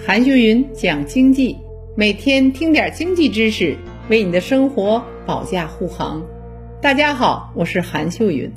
韩秀云讲经济，每天听点经济知识，为你的生活保驾护航。大家好，我是韩秀云。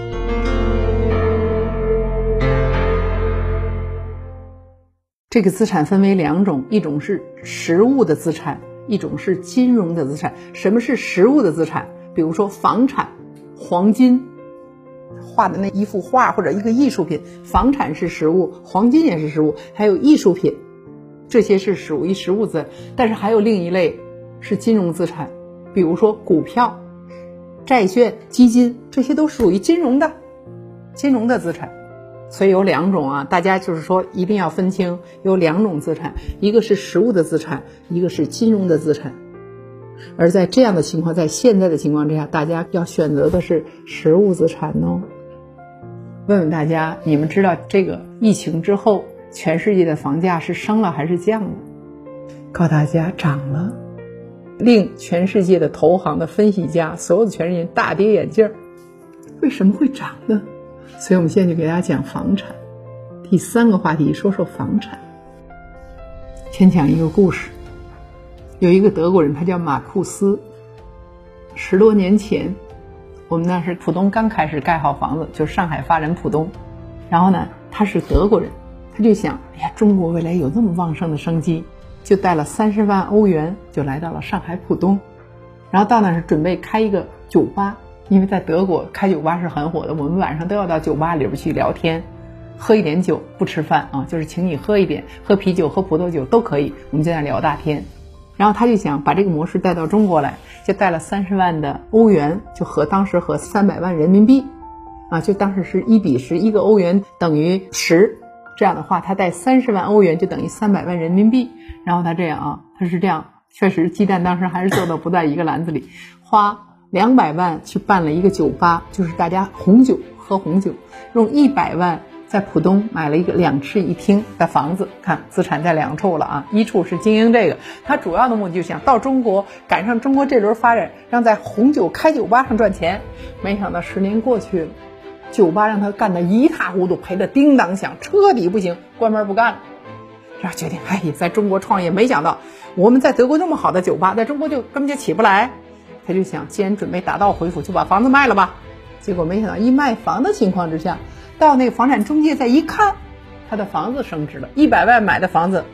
这个资产分为两种，一种是实物的资产，一种是金融的资产。什么是实物的资产？比如说房产、黄金，画的那一幅画或者一个艺术品，房产是实物，黄金也是实物，还有艺术品，这些是属于实物资产。但是还有另一类是金融资产，比如说股票、债券、基金，这些都属于金融的资产。所以有两种啊，大家就是说一定要分清，有两种资产，一个是实物的资产，一个是金融的资产。而在这样的情况，在现在的情况之下，大家要选择的是实物资产哦。问问大家，你们知道这个疫情之后全世界的房价是升了还是降了？告诉大家涨了，令全世界的投行的分析家，所有的全世界大跌眼镜。为什么会涨呢？所以我们现在就给大家讲房产。第三个话题，说说房产。先讲一个故事。有一个德国人，他叫马库斯。10多年前，我们那是浦东刚开始盖好房子，就是上海发展浦东。然后呢，他是德国人，他就想，哎呀，中国未来有那么旺盛的生机，就带了30万欧元就来到了上海浦东。然后到那是准备开一个酒吧，因为在德国开酒吧是很火的，我们晚上都要到酒吧里边去聊天，喝一点酒，不吃饭啊，就是请你喝一点，喝啤酒喝葡萄酒都可以，我们在那聊大天。然后他就想把这个模式带到中国来，就带了30万的欧元，就当时合300万人民币啊，就当时是1比10，一个欧元等于10，这样的话他带30万欧元就等于300万人民币。然后他这样啊，他是这样，确实鸡蛋当时还是做到不在一个篮子里，花200万去办了一个酒吧，就是大家喝红酒，用100万在浦东买了一个2室1厅的房子。看资产在2处了啊，一处是经营这个，他主要的目的就是想到中国赶上中国这轮发展，让在红酒开酒吧上赚钱。没想到10年过去了，酒吧让他干得一塌糊涂，赔得叮当响，彻底不行，关门不干了。然后决定在中国创业，没想到我们在德国那么好的酒吧，在中国就根本就起不来。他就想，既然准备打道回府，就把房子卖了吧。结果没想到一卖房的情况之下，到那个房产中介再一看，他的房子升值了，100万买的房子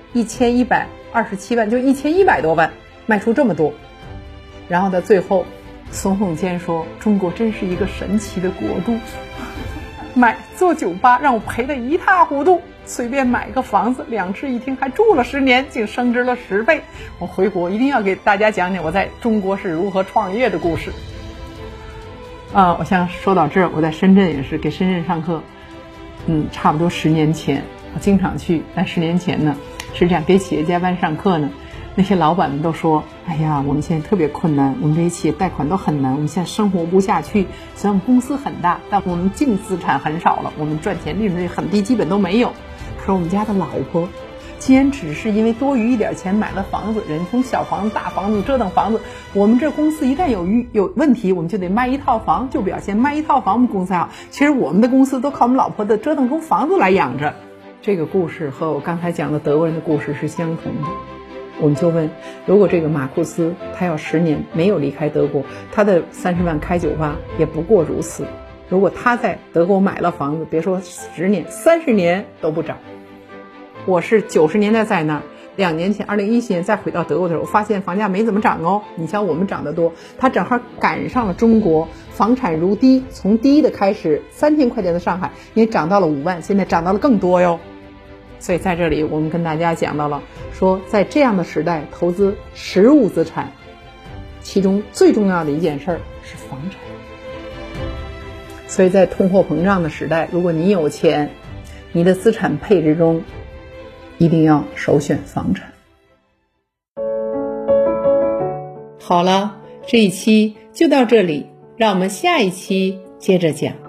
1127万，就1100多万，卖出这么多。然后他最后耸耸肩说，中国真是一个神奇的国度，做酒吧让我赔得一塌糊涂，随便买个房子2室1厅还住了10年，竟升值了10倍。我回国一定要给大家讲讲我在中国是如何创业的故事。我想说到这儿，我在深圳也是给深圳上课，差不多10年前，我经常去。但10年前呢，是这样，给企业家班上课呢，那些老板们都说，哎呀，我们现在特别困难，我们这些企业贷款都很难，我们现在生活不下去。虽然我们公司很大，但我们净资产很少了，我们赚钱利润率很低，基本都没有。可是我们家的老婆既然只是因为多余一点钱买了房子，人从小房子大房子折腾房子，我们这公司一旦有问题，我们就得卖一套房，就表现卖一套房我们公司好。其实我们的公司都靠我们老婆的折腾出房子来养着。这个故事和我刚才讲的德国人的故事是相同的。我们就问，如果这个马库斯他要10年没有离开德国，他的30万开酒吧也不过如此。如果他在德国买了房子，别说10年，30年都不涨。我是90年代在那儿，2年前2017年再回到德国的时候，我发现房价没怎么涨哦。你像我们涨得多，它正好赶上了中国房产如低，从低的开始3000块钱的上海也涨到了5万，现在涨到了更多哟。所以在这里我们跟大家讲到了，说在这样的时代投资实物资产，其中最重要的一件事是房产。所以在通货膨胀的时代，如果你有钱，你的资产配置中一定要首选房产。好了，这一期就到这里，让我们下一期接着讲。